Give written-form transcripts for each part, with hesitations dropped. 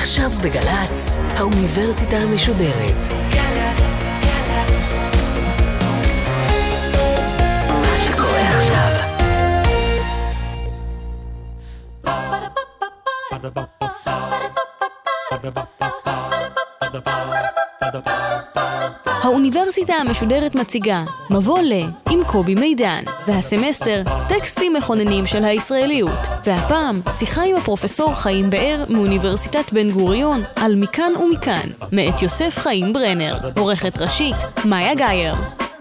עכשיו בגלץ, האוניברסיטה המשודרת. מה שקורה עכשיו. האוניברסיטה המשודרת מציגה מבוא ל עם קובי מידן, והסמסטר טקסטים מכוננים של הישראליות, והפעם שיחה עם הפרופסור חיים באר מאוניברסיטת בן גוריון על מכאן ומכאן, מאת יוסף חיים ברנר, עורכת ראשית מאיה גייר.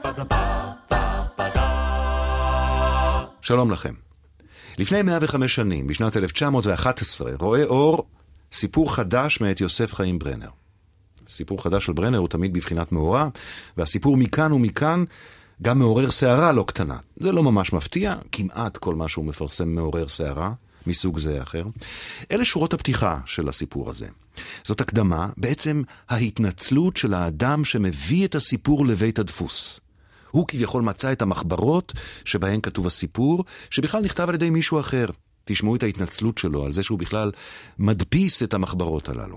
שלום לכם. לפני 105 שנים, בשנת 1911, רואה אור סיפור חדש מאת יוסף חיים ברנר. סיפור חדש של ברנר הוא תמיד בבחינת מאורע, והסיפור מכאן ומכאן גם מעורר שערה לא קטנה. זה לא ממש מפתיע, כמעט כל מה שהוא מפרסם מעורר שערה, מסוג זה אחר. אלה שורות הפתיחה של הסיפור הזה. זאת הקדמה, בעצם ההתנצלות של האדם שמביא את הסיפור לבית הדפוס. הוא כביכול מצא את המחברות שבהן כתוב הסיפור, שבכלל נכתב על ידי מישהו אחר. תשמעו את ההתנצלות שלו על זה שהוא בכלל מדפיס את המחברות הללו.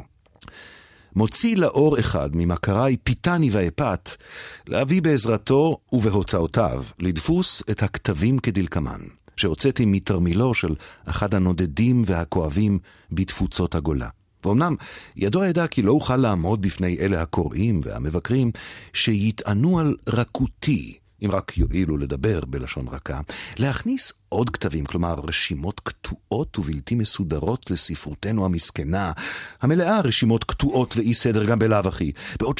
מוציא לאור אחד ממכריי פיתני ואפת, להביא בעזרתו ובהוצאותיו לדפוס את הכתבים כדלקמן, שהוצאתי מתרמילו של אחד הנודדים והכואבים בתפוצות הגולה. ואומנם ידוע ידע כי לא אוכל לעמוד בפני אלה הקוראים והמבקרים שיטענו על רכותי, אם רק יועילו לדבר בלשון רכה, להכניס עוד כתבים, כלומר רשימות קטועות ובלתי מסודרות לספרותנו המסכנה, המלאה רשימות קטועות ואי סדר גם בלאו הכי, בעוד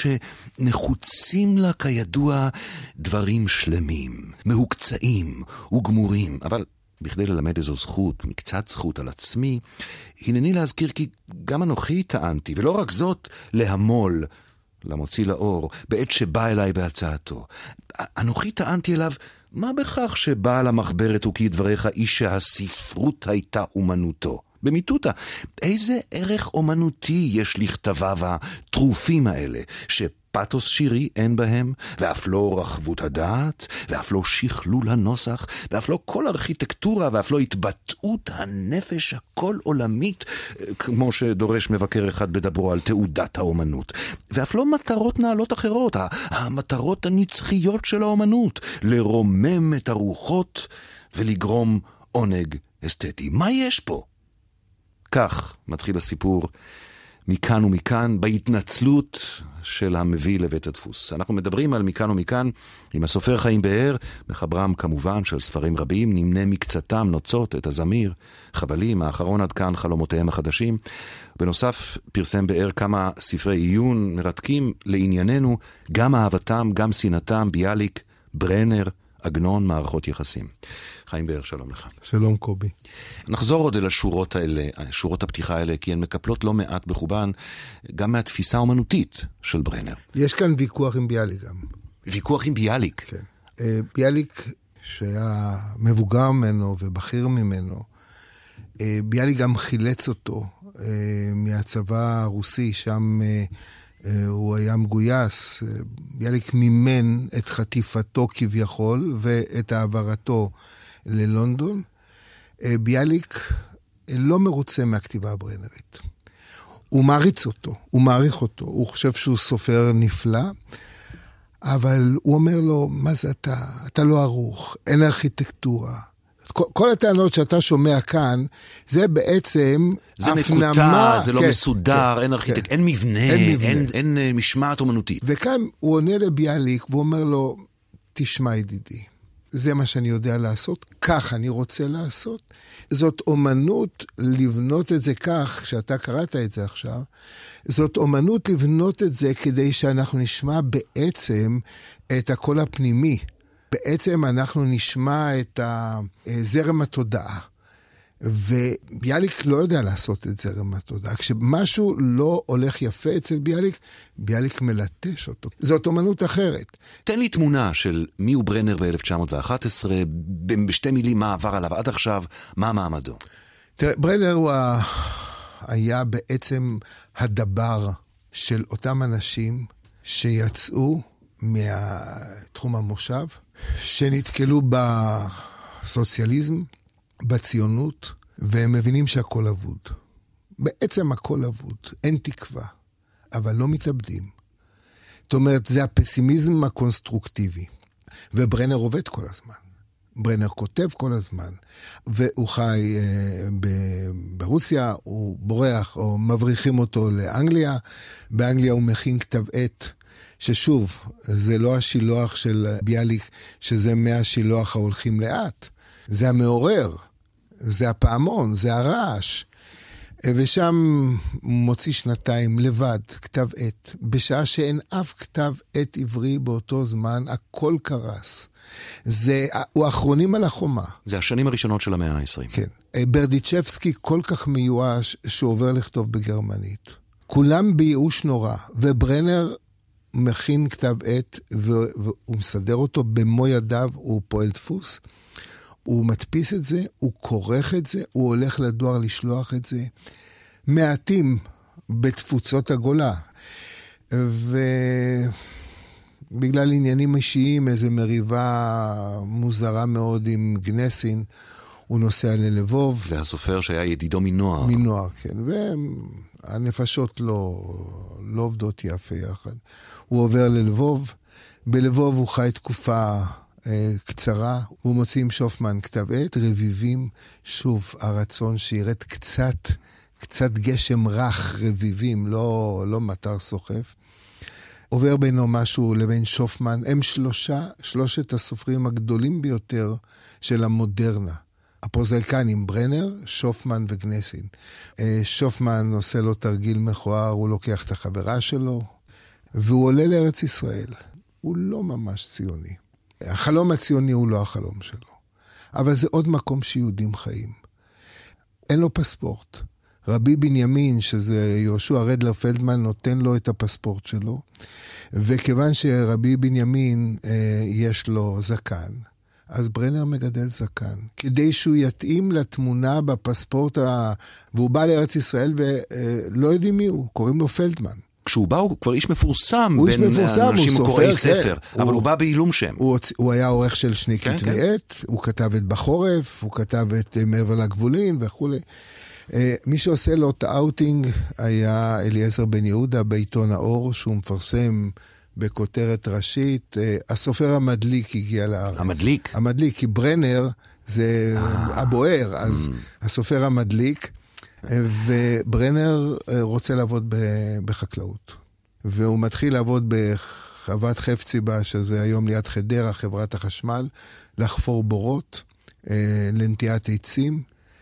שנחוצים לה כידוע דברים שלמים, מהוקצעים וגמורים, אבל בכדי ללמד איזו זכות, מקצת זכות על עצמי, הנני להזכיר כי גם אנוכי טענתי, ולא רק זאת, להמול, למוציא לאור, בעת שבא אליי בהצעתו. אנוכי טענתי אליו, מה בכך שבעל המחברת הוא כדבריך איש שהספרות הייתה אומנותו? במיטוטה, איזה ערך אומנותי יש לכתביו הטרופים האלה, שפתוס שירי אין בהם, ואף לא רחבות הדעת, ואף לא שכלול הנוסח, ואף לא כל ארכיטקטורה, ואף לא התבטאות הנפש הכל עולמית, כמו שדורש מבקר אחד בדברו על תעודת האומנות, ואף לא מטרות נעלות אחרות, המטרות הנצחיות של האומנות, לרומם את הרוחות ולגרום עונג אסתטי. מה יש פה? כך מתחיל הסיפור מכאן ומכאן, בהתנצלות של המביא לבית הדפוס. אנחנו מדברים על מכאן ומכאן עם הסופר חיים באר, מחברם כמובן של ספרים רבים, נמנה מקצתם נוצות, את הזמיר, חבלים, האחרון עד כאן חלומותיהם החדשים. בנוסף פרסם באר כמה ספרי עיון מרתקים לענייננו, גם אהבתם, גם שנאתם, ביאליק, ברנר, עגנון, מערכות יחסים. חיים באר, שלום לך. שלום קובי. נחזור עוד אל השורות האלה, שורות הפתיחה האלה, כי הן מקפלות לא מעט בחובן, גם מהתפיסה האומנותית של ברנר. יש כאן ויכוח עם ביאליק גם. ויכוח עם ביאליק? כן. ביאליק שהיה מבוגר ממנו ובכיר ממנו, ביאליק גם חילץ אותו מהצבא הרוסי, שם הוא היה מגויס. ביאליק מימן את חטיפתו כביכול ואת העברתו ללונדון. ביאליק לא מרוצה מהכתיבה הברנרית. הוא מעריץ אותו, הוא מעריך אותו, הוא חושב שהוא סופר נפלא, אבל הוא אומר לו, מה זה אתה? אתה לא ערוך, אין ארכיטקטורה. כל הטענות שאתה שומע כאן, זה בעצם זה הפנמה, מקוטע, זה לא כן, מסודר, כן, אין ארכיטקט, כן. אין מבנה, אין משמעת אומנותית. וכאן הוא עונה לביאליק ואומר לו, תשמע ידידי, זה מה שאני יודע לעשות, כך אני רוצה לעשות. זאת אומנות לבנות את זה כך, שאתה קראת את זה עכשיו, זאת אומנות לבנות את זה כדי שאנחנו נשמע בעצם את הקול הפנימי. בעצם אנחנו נשמע את זרם התודעה. וביאליק לא יודע לעשות את זרם התודעה. כשמשהו לא הולך יפה אצל ביאליק, ביאליק מלטש אותו. זאת אומנות אחרת. תן לי תמונה של מי הוא ברנר ב-1911, בשתי מילים מה עבר עליו עד עכשיו, מה מעמדו? תראה, ברנר הוא היה בעצם הדבר של אותם אנשים שיצאו מתחום המושב, שנתקלו בסוציאליזם, בציונות, והם מבינים שהכל אבוד. בעצם הכל אבוד, אין תקווה, אבל לא מתאבדים. זאת אומרת, זה הפסימיזם הקונסטרוקטיבי. וברנר עובד כל הזמן. ברנר כותב כל הזמן. והוא חי ברוסיה, הוא בורח, או מבריחים אותו לאנגליה. באנגליה הוא מכין כתב עת, ששוב, זה לא השילוח של ביאליק, שזה מהשילוח ההולכים לאט. זה המעורר, זה הפעמון, זה הרעש. ושם מוציא שנתיים לבד, כתב עת, בשעה שאין אף כתב עת עברי באותו זמן, הכל קרס. הוא האחרונים על החומה. זה השנים הראשונות של המאה ה-20. כן. ברדיצ'בסקי כל כך מיואש שעובר לכתוב בגרמנית. כולם בייאוש נורא, וברנר מכין כתב עת, והוא מסדר אותו במו ידיו, הוא פועל דפוס, הוא מדפיס את זה, הוא כורך את זה, הוא הולך לדואר לשלוח את זה. מעטים בתפוצות הגולה. ובגלל עניינים אישיים, איזו מריבה מוזרה מאוד עם גנסין, הוא נוסע ללבוב. והסופר שהיה ידידו מנוער. מנוער, כן. והנפשות לא עובדות יפה יחד. הוא עובר ללבוב. בלבוב הוא חי תקופה קצרה, הוא מוציא עם שופמן כתב עת, רביבים, שוב הרצון שירד קצת גשם רך, רביבים, לא מטר סוחף. עובר בינו משהו לבין שופמן, הם שלושת הסופרים הגדולים ביותר של המודרנה. הפרוזאיקנים, ברנר, שופמן וגנסין. שופמן עושה לו תרגיל מכוער, הוא לוקח את החברה שלו, והוא עולה לארץ ישראל. הוא לא ממש ציוני. החלום הציוני הוא לא החלום שלו. אבל זה עוד מקום שיהודים חיים. אין לו פספורט. רבי בנימין, שזה יהושע רדלר פלדמן, נותן לו את הפספורט שלו. וכיוון שרבי בנימין יש לו זקן, אז ברנר מגדל זקן. כדי שהוא יתאים לתמונה בפספורט, והוא בא לארץ ישראל ולא יודעים מי הוא, קוראים לו פלדמן. כשהוא בא הוא כבר איש מפורסם בין אנשים קוראי ספר, אבל הוא בא בעילום שם. הוא היה עורך של שני כתבי עת, הוא כתב את בחורף, הוא כתב את מעבר לגבולין וכו'. מי שעושה לו את האוטינג היה אליעזר בן יהודה בעיתון האור, שהוא מפרסם בכותרת ראשית, הסופר המדליק הגיע לארץ. המדליק? המדליק, כי ברנר זה הבוער, אז הסופר המדליק, וברנר רוצה לעבוד בחקלאות. והוא מתחיל לעבוד בחוות חפציבה, שזה היום ליד חדרה, חברת החשמל, לחפור בורות, לנטיית עצים,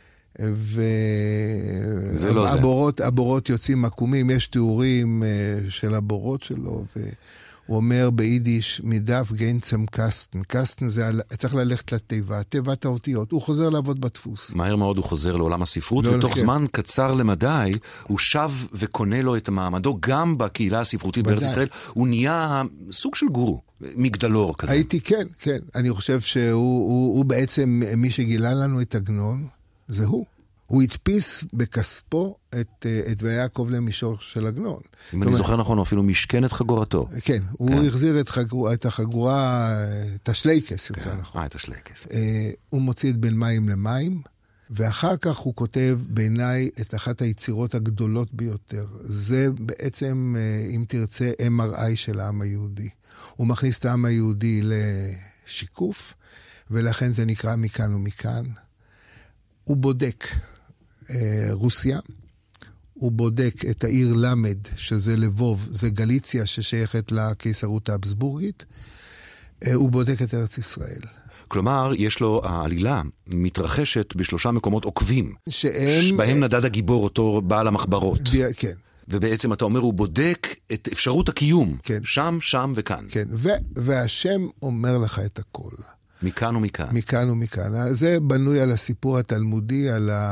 והבורות יוצאים מקומים, יש תיאורים של הבורות שלו, הוא אומר ביידיש, מדף גיינצם קסטן. קסטן זה, צריך ללכת לתיבה, תיבת האותיות. הוא חוזר לעבוד בדפוס. מהר מאוד הוא חוזר לעולם הספרות, ותוך זמן קצר למדי, הוא שב וקונה לו את מעמדו, גם בקהילה הספרותית בארץ ישראל, הוא נהיה סוג של גורו, מגדלור כזה. כן. אני חושב שהוא בעצם, מי שגילה לנו את עגנון, זה הוא. הוא הדפיס בכספו את ויעקב למישור של עגנון. אם אני זוכר נכון, הוא אפילו משכן את חגורתו. כן, הוא החזיר את החגורה, את השלייקס יותר נכון. את השלייקס. הוא מוציא את בין מים למים, ואחר כך הוא כותב בעיניי את אחת היצירות הגדולות ביותר. זה בעצם, אם תרצה, MRI של העם היהודי. הוא מכניס את העם היהודי לשיקוף, ולכן זה נקרא מכאן ומכאן. הוא בודק רוסיה, הוא בודק את העיר למד, שזה לבוב, זה גליציה ששייכת לקיסרות האבסבורגית, הוא בודק את ארץ ישראל. כלומר, יש לו, העלילה מתרחשת בשלושה מקומות עוקבים, שבהם נדד הגיבור אותו בעל המחברות. כן. ובעצם אתה אומר, הוא בודק את אפשרות הקיום, כן. שם וכאן. כן, והשם אומר לך את הכל. מכאן ומכאן. מכאן ומכאן. זה בנוי על הסיפור התלמודי,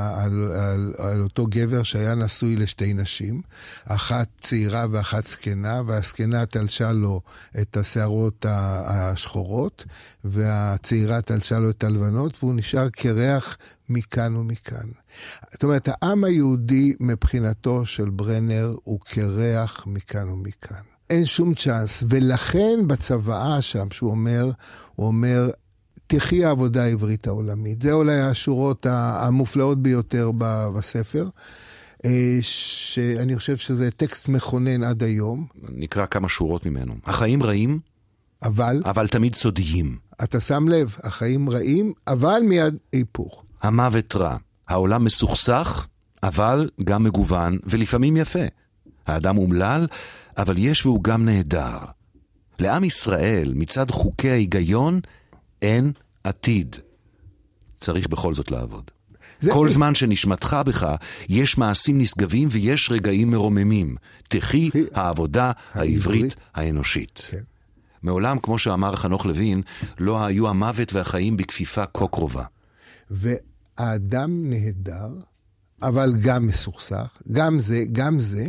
על אותו גבר שהיה נשוי לשתי נשים, אחת צעירה ואחת זקנה, והזקנה תלשה לו את השערות השחורות, והצעירה תלשה לו את הלבנות, והוא נשאר קרח מכאן ומכאן. זאת אומרת, העם היהודי מבחינתו של ברנר הוא קרח מכאן ומכאן. אין שום צ'אנס, ולכן בצוואה שם, שהוא אומר, הוא אומר, תחי העבודה העברית העולמית. זה אולי השורות המופלאות ביותר בספר. שאני חושב שזה טקסט מכונן עד היום. נקרא כמה שורות ממנו. החיים רעים, אבל תמיד סודיים. אתה שם לב, החיים רעים, אבל מיד היפוך. המוות רע, העולם מסוכסך, אבל גם מגוון, ולפעמים יפה. האדם אומלל, אבל יש והוא גם נהדר. לעם ישראל, מצד חוקי ההיגיון, אין עתיד. צריך בכל זאת לעבוד. כל זמן שנשמתך בך, יש מעשים נשגבים ויש רגעים מרוממים. תחי העבודה העברית האנושית. כן. מעולם, כמו שאמר חנוך לוין, לא היו המוות והחיים בכפיפה כה קרובה. והאדם נהדר, אבל גם מסוכסך, גם זה,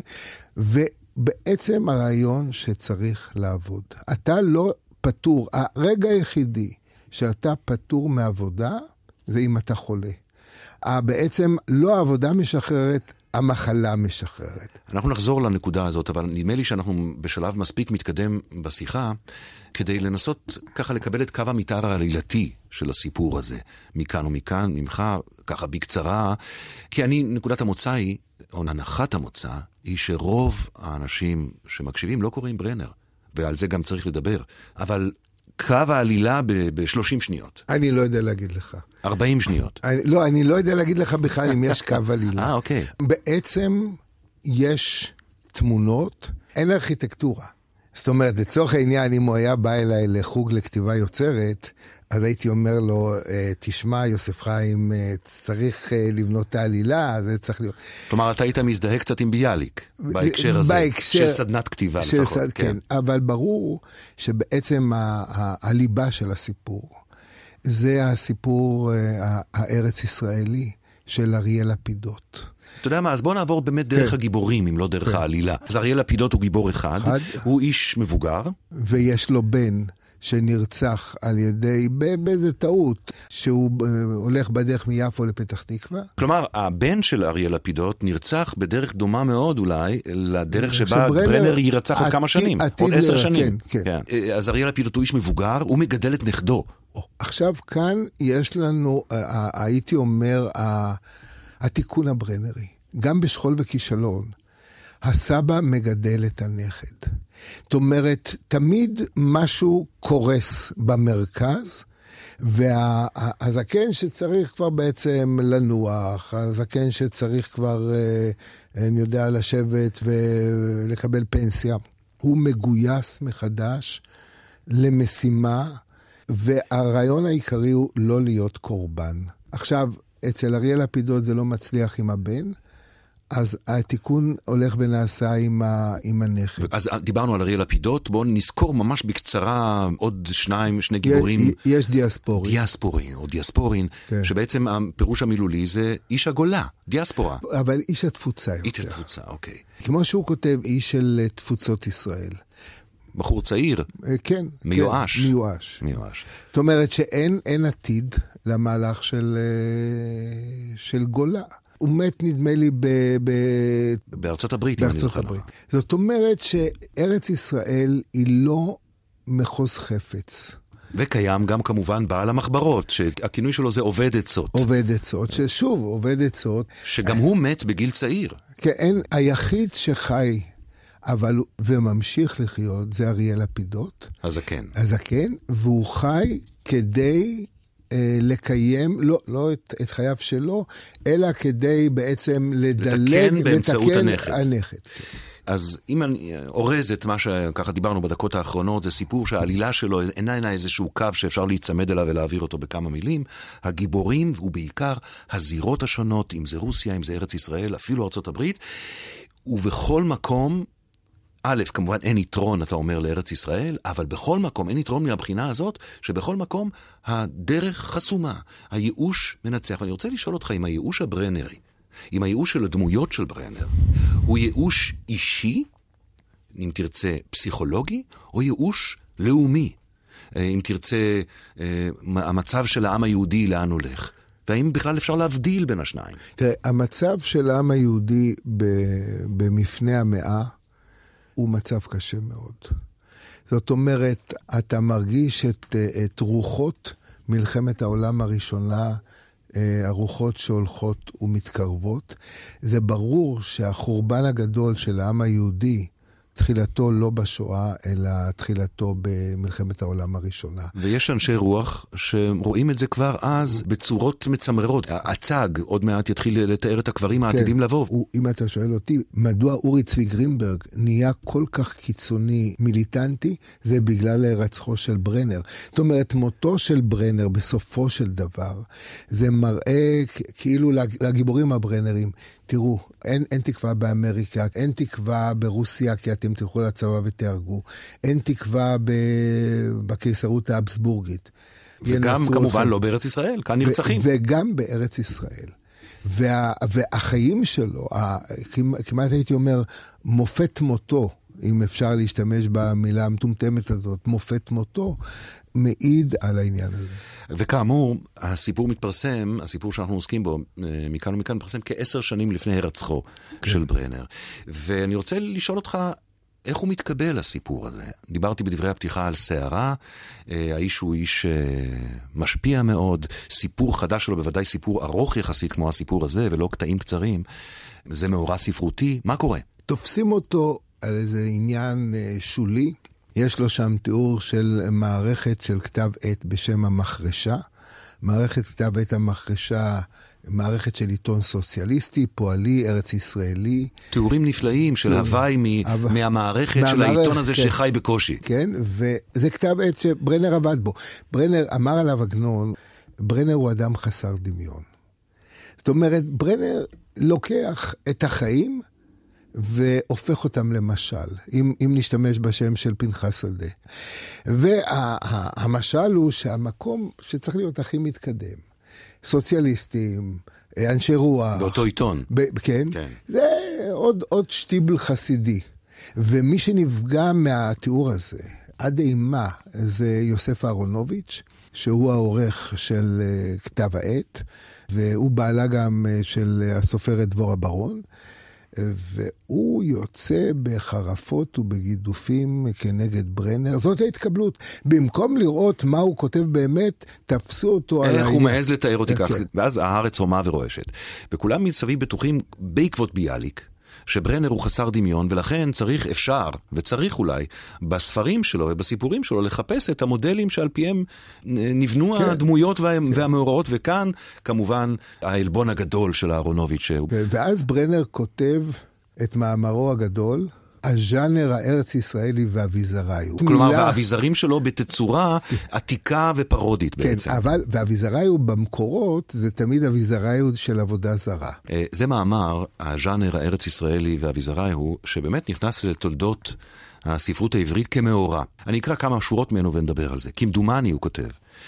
ובעצם הרעיון שצריך לעבוד. אתה לא פטור, הרגע היחידי שאתה פטור מעבודה, זה אם אתה חולה. בעצם לא העבודה משחררת, המחלה משחררת. אנחנו נחזור לנקודה הזאת, אבל נדמה לי שאנחנו בשלב מספיק מתקדם בשיחה, כדי לנסות ככה לקבל את קו המתאר העלילתי של הסיפור הזה, מכאן ומכאן, ממך, ככה בקצרה, כי נקודת המוצא היא, או הנחת המוצא, היא שרוב האנשים שמקשיבים לא קוראים ברנר, ועל זה גם צריך לדבר, אבל קו העלילה ב-30 שניות. אני לא יודע להגיד לך. 40 שניות. אני לא יודע להגיד לך בכלל אם יש קו עלילה. אוקיי. בעצם יש תמונות, אין ארכיטקטורה. זאת אומרת, לצורך העניין, אם הוא היה בא אליי לחוג לכתיבה יוצרת, אז הייתי אומר לו, תשמע, יוסף חיים, צריך לבנות את העלילה, זה צריך להיות... כלומר, אתה היית מזדהה קצת עם ביאליק, בהקשר הזה, של סדנת כתיבה לפחות. כן, אבל ברור שבעצם הליבה של הסיפור, זה הסיפור הארץ ישראלי של אריאל לפידות. אתה יודע מה, אז בוא נעבור באמת דרך הגיבורים, אם לא דרך העלילה. אז אריאל לפידות הוא גיבור אחד, הוא איש מבוגר. ויש לו בן שנרצח על ידי, באיזה טעות, שהוא הולך בדרך מיפו לפתח תקווה. כלומר, הבן של אריאל לפידות נרצח בדרך דומה מאוד אולי, לדרך שבה ברנר יירצח עוד כמה שנים, עוד 10 שנים. כן. אז אריאל לפידות הוא איש מבוגר, הוא מגדל את נכדו. עכשיו כאן יש לנו, הייתי אומר, התיקון הברנרי. גם בשכול וכישלון, הסבא מגדל את הנכד. זאת אומרת, תמיד משהו קורס במרכז, והזקן שצריך כבר בעצם לנוח, הזקן שצריך כבר, אני יודע, לשבת ולקבל פנסיה, הוא מגויס מחדש למשימה, והרעיון העיקרי הוא לא להיות קורבן. עכשיו, אצל אריאל לפידות זה לא מצליח עם הבן, אז התיקון הולך ונעשה עם הנכד. אז דיברנו על אריאל לפידות, בואו נזכור ממש בקצרה עוד שני גיבורים. יש דיאספורין. דיאספורין, או דיאספורין, כן. שבעצם הפירוש המילולי זה איש הגולה, דיאספורה. אבל איש התפוצה יותר. איש התפוצה, אוקיי. כמו שהוא כותב, איש של תפוצות ישראל. בחור צעיר. כן. מיואש. כן, מיואש. זאת אומרת שאין עתיד למהלך של גולה. הוא מת נדמה לי בארצות הברית. בארצות הברית. זאת אומרת שארץ ישראל היא לא מחוז חפץ. וקיים גם כמובן בעל המחברות, שהכינוי שלו זה עובד עצות. עובד עצות, ששוב, עובד עצות. שגם הוא מת בגיל צעיר. כן, היחיד שחי וממשיך לחיות זה אריאל לפידות. הזקן, והוא חי כדי לקיים, לא את חייו שלו, אלא כדי בעצם לתקן באמצעות הנכד. אז אם אני אורז את מה שככה דיברנו בדקות האחרונות, זה סיפור שהעלילה שלו אינה איזשהו קו שאפשר להיצמד אליו ולהעביר אותו בכמה מילים. הגיבורים, ובעיקר הזירות השונות, אם זה רוסיה, אם זה ארץ ישראל, אפילו ארצות הברית, ובכל מקום, א', כמובן אין יתרון, אתה אומר, לארץ ישראל, אבל בכל מקום, אין יתרון מהבחינה הזאת, שבכל מקום הדרך חסומה, הייאוש מנצח. ואני רוצה לשאול אותך, אם הייאוש הברנרי, אם הייאוש של הדמויות של ברנר, הוא ייאוש אישי, אם תרצה פסיכולוגי, או ייאוש לאומי, אם תרצה המצב של העם היהודי לאן הולך. והאם בכלל אפשר להבדיל בין השניים? תראה, המצב של העם היהודי במפני המאה, הוא מצב קשה מאוד. זאת אומרת, אתה מרגיש את רוחות מלחמת העולם הראשונה הרוחות שהולכות ומתקרבות. זה ברור שהחורבן הגדול של העם היהודי, תחילתו לא בשואה, אלא תחילתו במלחמת העולם הראשונה. ויש אנשי רוח שרואים את זה כבר אז בצורות מצמררות. הצג עוד מעט יתחיל לתאר את הקברים העתידים לבוא. אם אתה שואל אותי, מדוע אורי צבי גרינברג נהיה כל כך קיצוני מיליטנטי, זה בגלל הרצחו של ברנר. זאת אומרת, מותו של ברנר בסופו של דבר, זה מראה כאילו לגיבורים הברנרים, תראו, אין תקווה באמריקה, אין תקווה ברוסיה, כי אתם תלכו לצבא ותהרגו, אין תקווה בקיסרות האבסבורגית. וגם כמובן לא בארץ ישראל, כאן נרצחים. וגם בארץ ישראל. והחיים שלו, כמעט הייתי אומר, מופת מותו, אם אפשר להשתמש במילה המטומטמת הזאת, מופת מותו, מעיד על העניין הזה. וכאמור, הסיפור מתפרסם, הסיפור שאנחנו עוסקים בו, מכאן ומכאן מתפרסם כ10 שנים לפני הרצחו של ברנר. ואני רוצה לשאול אותך, איך הוא מתקבל הסיפור הזה? דיברתי בדברי הפתיחה על סערה, האיש הוא איש משפיע מאוד, סיפור חדש שלו, בוודאי סיפור ארוך יחסית כמו הסיפור הזה, ולא קטעים קצרים. זה מאורע ספרותי, מה קורה? תופסים אותו על איזה עניין שולי, יש לו שם תיאור של מערכת של כתב עת בשם המחרשה. מערכת כתב עת המחרשה, מערכת של עיתון סוציאליסטי, פועלי, ארץ ישראלי. תיאורים נפלאים של הוואי מהמערכת של העיתון הזה שחי בקושי. כן, וזה כתב עת שברנר עבד בו. ברנר אמר עליו עגנון, ברנר הוא אדם חסר דמיון. זאת אומרת, ברנר לוקח את החיים והופך אותם למשל, אם נשתמש בשם של פנחס שדה. והמשל הוא שהמקום שצריך להיות הכי מתקדם, סוציאליסטים, אנשי רוח. באותו עיתון. כן. זה עוד שטיבל חסידי. ומי שנפגע מהתיאור הזה, עד אימה, זה יוסף אהרונוביץ', שהוא העורך של כתב העת, והוא בעלה גם של הסופרת דבורה ברון, והוא יוצא בחרפות ובגידופים כנגד ברנר. זאת ההתקבלות. במקום לראות מה הוא כותב באמת, תפסו אותו על איך הוא מעז לתאר אותי כך. ואז הארץ הומה ורועשת. וכולם מסביב בטוחים בעקבות ביאליק, שברנר הוא חסר דמיון, ולכן אפשר וצריך אולי בספרים שלו ובסיפורים שלו לחפש את המודלים שעל פיהם נבנו הדמויות והמאורעות, וכאן כמובן העלבון הגדול של אהרונוביץ'. ואז ברנר כותב את מאמרו הגדול, הז'אנר הארץ ישראלי והאביזראי. כלומר, והאביזרים שלו בתצורה עתיקה ופרודית בעצם. כן, אבל והאביזראי הוא במקורות, זה תמיד אביזראי של עבודה זרה. זה מאמר, הז'אנר הארץ ישראלי והאביזראי הוא, שבאמת נכנס לתולדות הספרות העברית כמאורע. אני אקרא כמה שורות ממנו ונדבר על זה. כמדומני הוא כותב,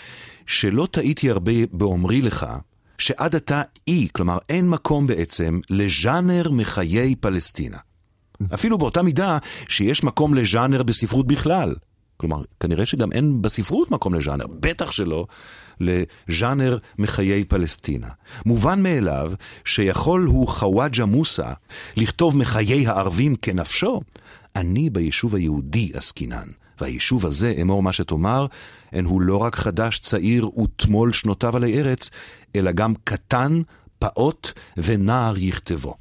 שלא טעיתי הרבה באומרי לך, שעד עתה כלומר אין מקום בעצם לז'אנר מחיי פלסטינה. אפילו באותה מידה שיש מקום לז'אנר בספרות בכלל. כלומר, כנראה שגם אין בספרות מקום לז'אנר, בטח שלא לז'אנר מחיי פלסטינה. מובן מאליו שיכול הוא חוואג'ה מוסא לכתוב מחיי הערבים כנפשו, אני ביישוב היהודי עסקינן, והיישוב הזה, אמור מה שתאמר, אין הוא לא רק חדש, צעיר ותמול שנותיו עלי ארץ, אלא גם קטן, פעוט ונער יכתבו.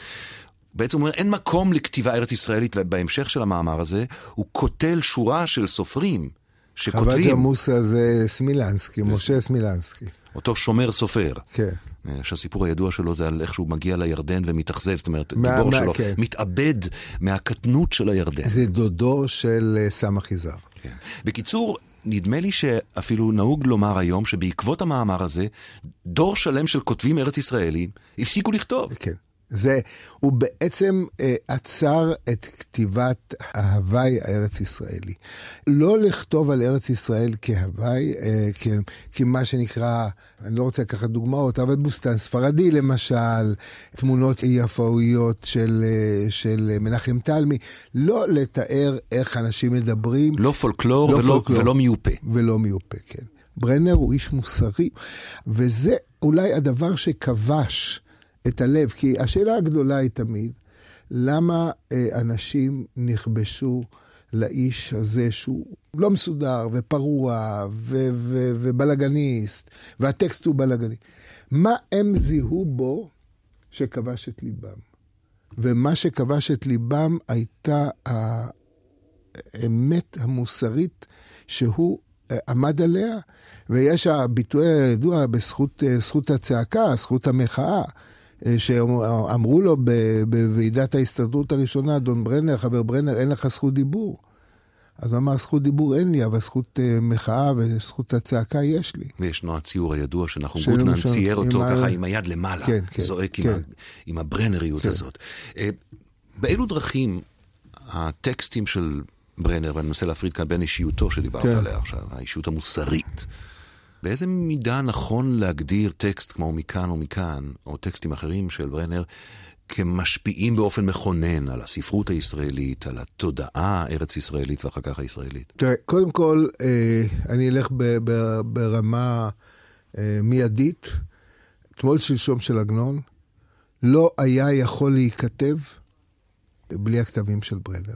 בעצם הוא אומר, אין מקום לכתיבה ארץ ישראלית, ובהמשך של המאמר הזה, הוא כותל שורה של סופרים שכותבים. חוואג'ה מוסא זה סמילנסקי, משה סמילנסקי. אותו שומר סופר. כן. שהסיפור הידוע שלו זה על איך שהוא מגיע לירדן ומתאכזב, זאת אומרת, גיבור שלו מתאבד מהקטנות של הירדן. זה דודו של סמך יזהר. כן. בקיצור, נדמה לי שאפילו נהוג לומר היום שבעקבות המאמר הזה, דור שלם של כותבים ארץ ישראלים הפסיקו לכתוב. כן. הוא בעצם עצר את כתיבת ההוואי הארץ ישראלי. לא לכתוב על ארץ ישראל כהוואי, כמה שנקרא, אני לא רוצה לקחת דוגמאות, אבל בוסטן ספרדי למשל, תמונות יפהפיות של מנחם תלמי, לא לתאר איך אנשים מדברים. לא פולקלור, ולא מיופה. ולא מיופה, כן. ברנר הוא איש מוסרי, וזה אולי הדבר שכבש את הלב, כי השאלה הגדולה היא תמיד, למה אנשים לאיש הזה שהוא לא מסודר ופרוע ובלגניסט, והטקסט הוא בלגני. מה הם זיהו בו שכבש את ליבם? ומה שכבש את ליבם הייתה האמת המוסרית שהוא עמד עליה, ויש הביטוי הידוע בזכות הצעקה, זכות המחאה, שאמרו לו בוועידת ההסתדרות הראשונה, אדון ברנר, חבר ברנר, אין לך זכות דיבור. אז הוא אמר, זכות דיבור אין לי, אבל זכות מחאה וזכות הצעקה יש לי. וישנו הציור הידוע שאנחנו גוטמן צייר אותו ככה עם היד למעלה, זועק עם הברנריות הזאת. באילו דרכים הטקסטים של ברנר, ואני מנסה להפריד כאן בין אישיותו שדיברת עליה עכשיו, האישיות המוסרית, באיזה מידה נכון להגדיר טקסט כמו מכאן או מכאן, או טקסטים אחרים של ברנר, כמשפיעים באופן מכונן על הספרות הישראלית, על התודעה הארץ ישראלית ואחר כך הישראלית? תראה, קודם כל, אני אלך ברמה מיידית. אתמול שלשום של עגנון, לא היה יכול להיכתב בלי הכתבים של ברנר.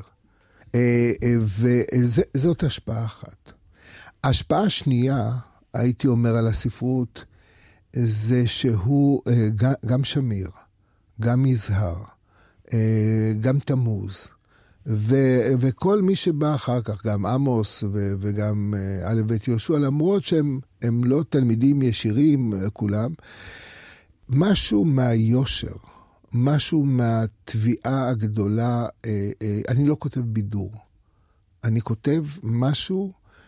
וזאת השפעה אחת. ההשפעה השנייה, הייתי אומר על הספרות, זה שהוא גם שמיר, גם יזהר, גם תמוז, וכל מי שבא אחר כך, גם עמוס וגם א' בית יהושע, למרות שהם לא תלמידים ישירים כולם, משהו מהיושר, משהו מהתביעה הגדולה, אני לא כותב בידור, אני כותב משהו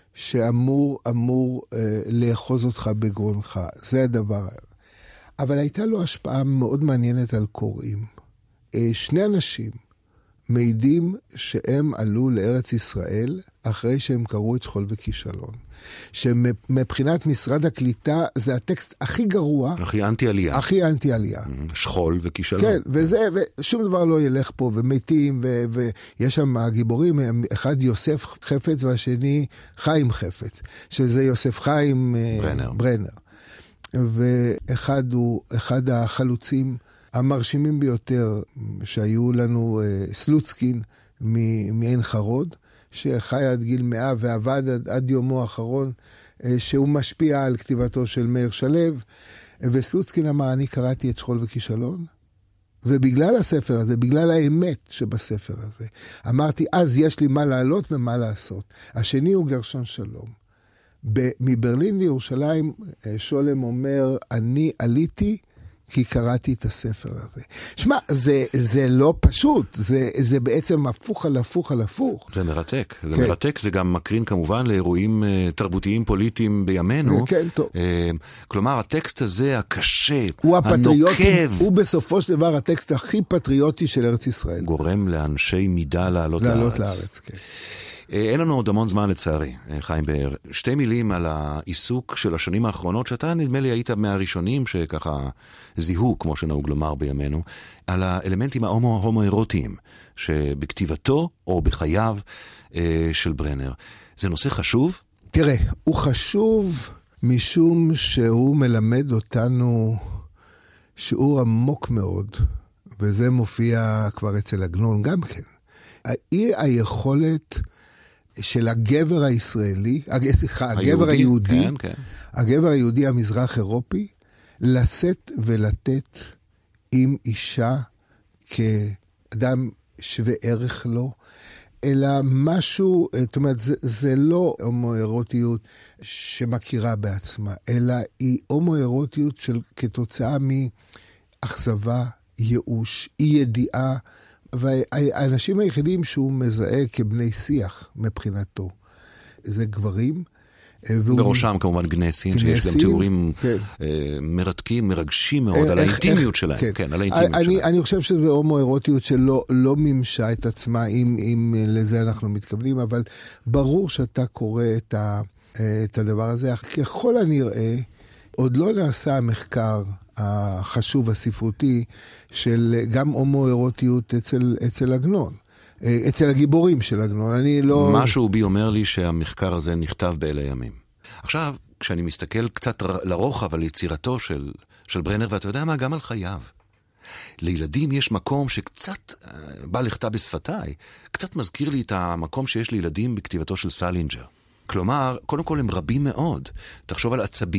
שאמור לאחוז אותך בגרונך, זה הדבר. אבל הייתה לו השפעה מאוד מעניינת על קוראים. שני אנשים מעידים שהם עלו לארץ ישראל אחרי שהם קראו את שכול וכישלון. שמבחינת משרד הקליטה זה הטקסט הכי גרוע. הכי אנטי עלייה. הכי אנטי עלייה. שכול וכישלון. כן, ושום דבר לא ילך פה, ומתים, ויש שם הגיבורים, אחד יוסף חפץ והשני חיים חפץ, שזה יוסף חיים ברנר. ואחד הוא אחד החלוצים המרשימים ביותר שהיו לנו, סלוצקין מעין חרוד, שחי עד גיל 100 ועבד עד יומו האחרון, שהוא משפיע על כתיבתו של מאיר שלו, וסלוצקין אמר, אני קראתי את שכול וכישלון, ובגלל הספר הזה, בגלל האמת שבספר הזה, אמרתי, אז יש לי מה לעלות ומה לעשות. השני הוא גרשון שלום. מברלין לירושלים, שולם אומר, אני עליתי כי קראתי את הספר הזה. שמע, זה לא פשוט, זה בעצם הפוך על הפוך על הפוך. זה מרתק, זה מרתק, זה גם מקרין כמובן לאירועים תרבותיים פוליטיים בימינו. כן, טוב. כלומר, הטקסט הזה, הקשה, הוא הנוקב. הוא בסופו של דבר הטקסט הכי פטריוטי של ארץ ישראל. גורם לאנשי מידה לעלות לארץ. כן. אין לנו עוד המון זמן לצערי, חיים באר. שתי מילים על העיסוק של השנים האחרונות, שאתה נדמה לי היית מהראשונים שככה זיהו, כמו שנהוג לומר בימינו, על האלמנטים ההומואירוטיים שבכתיבתו או בחייו של ברנר. זה נושא חשוב? תראה, הוא חשוב משום שהוא מלמד אותנו שיעור עמוק מאוד, וזה מופיע כבר אצל עגנון גם כן. היכולת של הגבר הישראלי, הגבר היהודי, כן. הגבר היהודי המזרח אירופי, לשאת ולתת עם אישה כאדם שווה ערך לו, אלא משהו, זאת אומרת, זה לא הומואירוטיות שמכירה בעצמה, אלא היא הומואירוטיות כתוצאה מאכזבה, ייאוש, אי ידיעה, והאנשים היחידים שהוא מזהה כבני שיח מבחינתו, זה גברים. בראשם כמובן גנסים, שיש גם תיאורים מרתקים, מרגשים מאוד, על האינטימיות שלהם. כן, על האינטימיות שלהם. אני חושב שזה הומואירוטיות שלא מימשה את עצמה, אם לזה אנחנו מתכוונים, אבל ברור שאתה קורא את הדבר הזה. ככל הנראה, עוד לא נעשה המחקר החשוב הספרותי של גם הומואירוטיות אצל עגנון, אצל הגיבורים של עגנון. אני לא... משהו בי אומר לי שהמחקר הזה נכתב באלה ימים. עכשיו, כשאני מסתכל קצת לרוחב על יצירתו של ברנר, ואתה יודע מה? גם על חייו. לילדים יש מקום שקצת בא לכתב בשפתיי, קצת מזכיר לי את המקום שיש לילדים בכתיבתו של סלינג'ר. כלומר, קודם כל הם רבים מאוד. תחשוב על עצבים.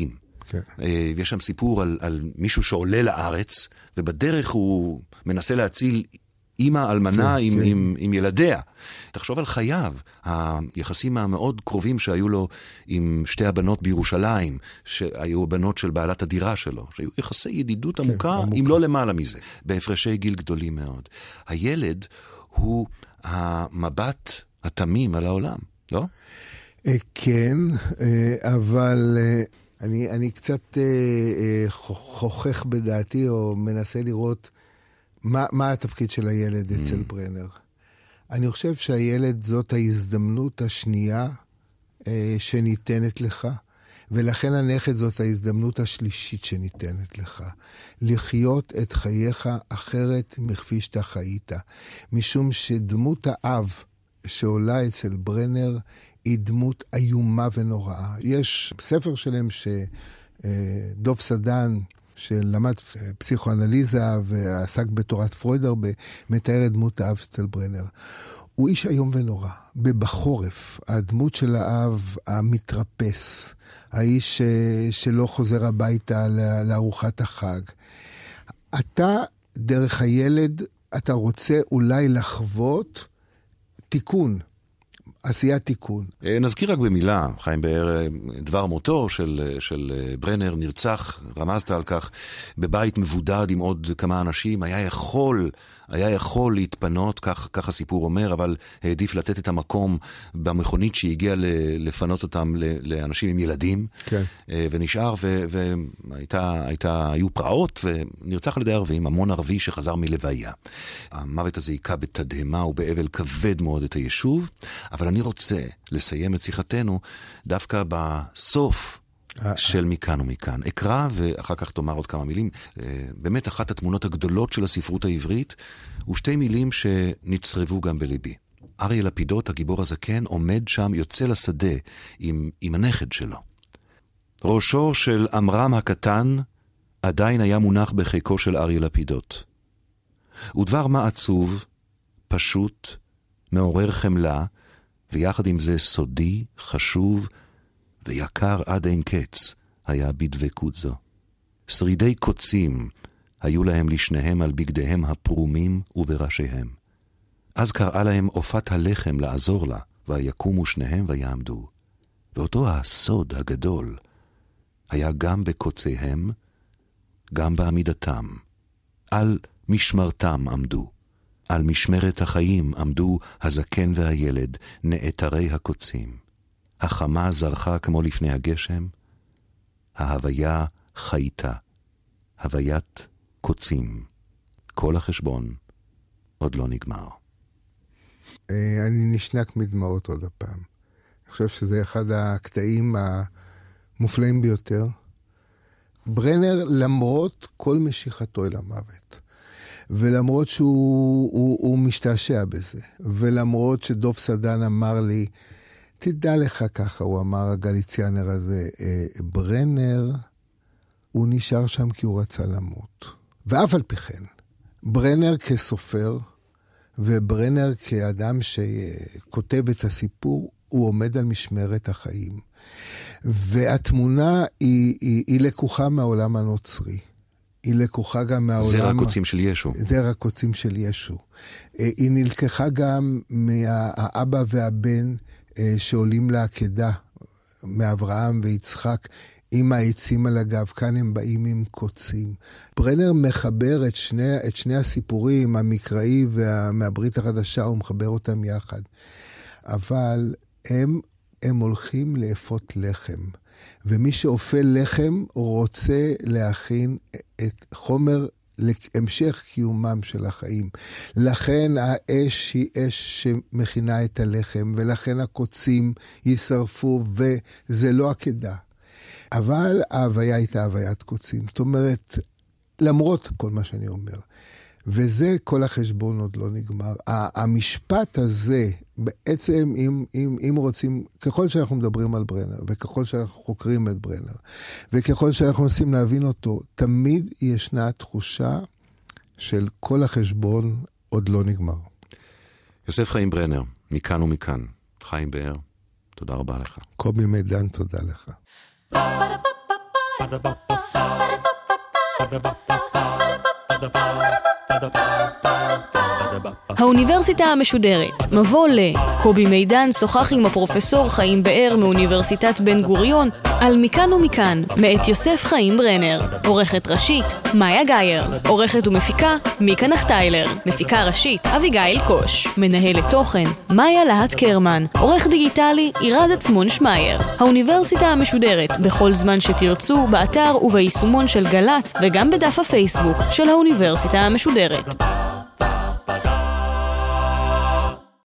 כן. יש שם סיפור על מישהו שעולה לארץ, ובדרך הוא מנסה להציל אמא אלמנה עם ילדיה. תחשוב על חייו, היחסים המאוד קרובים שהיו לו עם שתי הבנות בירושלים, שהיו הבנות של בעלת הדירה שלו, שהיו יחסי ידידות עמוקה, אם לא למעלה מזה, בהפרשי גיל גדולים מאוד. הילד הוא המבט התמים על העולם, לא? כן, אבל אני קצת חוכך בדעתי, או מנסה לראות מה התפקיד של הילד אצל ברנר. אני חושב שהילד זאת ההזדמנות השנייה שניתנת לך, ולכן הנכד זאת ההזדמנות השלישית שניתנת לך. לחיות את חייך אחרת מכפי שאתה חיית. משום שדמות האב שעולה אצל ברנר היא דמות איומה ונוראה. יש ספר שלם שדוב סדן, שלמד פסיכואנליזה ועסק בתורת פרויד הרבה, מתאר את דמות האב אצל ברנר. הוא איש איום ונורא. בחורף, הדמות של האב המתרפס, האיש שלא חוזר הביתה לארוחת החג. אתה, דרך הילד, אתה רוצה אולי לחוות תיקון, עשיית תיקון. נזכיר רק במילה, חיים באר, דבר מותו של ברנר נרצח, רמזת על כך, בבית מבודד עם עוד כמה אנשים, היה יכול להתפנות, כך הסיפור אומר, אבל העדיף לתת את המקום במכונית שהגיעה לפנות אותם לאנשים עם ילדים, כן. ונשאר, והיו פרעות, ונרצח על ידי ערבים, המון ערבי שחזר מלוויה. המוות הזה היכה בתדהמה ובאבל כבד מאוד את היישוב, אבל אני רוצה לסיים את שיחתנו דווקא בסוף של מכאן ומכאן. אקרא ואחר כך תאמר עוד כמה מילים. באמת אחת התמונות הגדולות של הספרות העברית, ושתי מילים שנצרבו גם בליבי. אריה לפידות, הגיבור הזקן, עומד שם, יוצא לשדה עם הנכד שלו. ראשו של אמרם הקטן עדיין היה מונח בחיקו של אריה לפידות. ודבר מה עצוב, פשוט, מעורר חמלה, ויחד עם זה סודי, חשוב ויקר עד אין קץ היה בדבקות זו. שרידי קוצים היו להם לשניהם על בגדיהם הפרומים ובראשיהם. אז קראה להם עופת הלחם לעזור לה, ויקומו שניהם ויעמדו. ואותו הסוד הגדול היה גם בקוציהם, גם בעמידתם. על משמרתם עמדו. על משמרת החיים עמדו הזקן והילד, נעתרי הקוצים. החמה זרחה כמו לפני הגשם, ההוויה חייתה, הוויית קוצים. כל החשבון עוד לא נגמר. אני נשנק מדמעות עוד הפעם. אני חושב שזה אחד הקטעים המופלאים ביותר. ברנר, למרות כל משיכתו אל המוות, ולמרות שהוא משתעשע בזה, ולמרות שדוב סדן אמר לי, תדע לך ככה, הוא אמר הגליציאנר הזה, ברנר, הוא נשאר שם כי הוא רצה למות. ואף על פי כן, ברנר כסופר, וברנר כאדם שכותב את הסיפור, הוא עומד על משמרת החיים. והתמונה היא לקוחה מהעולם הנוצרי. היא לקוחה גם מהעולם... זרע קוצים של ישו. זרע קוצים של ישו. היא נלקחה גם מהאבא והבן שעולים לעקדה, מאברהם ויצחק, עם העצים על הגב. כאן הם באים עם קוצים. ברנר מחבר את שני הסיפורים, המקראי מהברית החדשה, הוא מחבר אותם יחד. אבל הם הולכים לאפות לחם. ומי שאופה לחם רוצה להכין את חומר להמשך קיומם של החיים. לכן האש היא אש שמכינה את הלחם, ולכן הקוצים יישרפו, וזה לא עקדה. אבל ההוויה הייתה הוויית קוצים. זאת אומרת, למרות כל מה שאני אומר, וזה כל החשבון עוד לא נגמר. המשפט הזה, בעצם אם רוצים, ככל שאנחנו מדברים על ברנר, וככל שאנחנו חוקרים את ברנר, וככל שאנחנו מנסים להבין אותו, תמיד ישנה תחושה של כל החשבון עוד לא נגמר. יוסף חיים ברנר, מכאן ומכאן. חיים באר, תודה רבה לך. קובי מידן, תודה לך. האוניברסיטה המשודרת, מבוא ל... קובי מידן שוחח עם הפרופסור חיים באר מאוניברסיטת בן גוריון על מכאן ומכאן, מאת יוסף חיים ברנר. עורכת ראשית, מאיה גייר. עורכת ומפיקה, מיקה נחטיילר. מפיקה ראשית, אביגיל קוש. מנהלת תוכן, מאיה להט קרמן. עורך דיגיטלי, עירד עצמון שמייר. האוניברסיטה המשודרת, בכל זמן שתרצו, באתר וביישומון של גל"צ, וגם בדף הפייסבוק של האוניברסיטה המשודרת.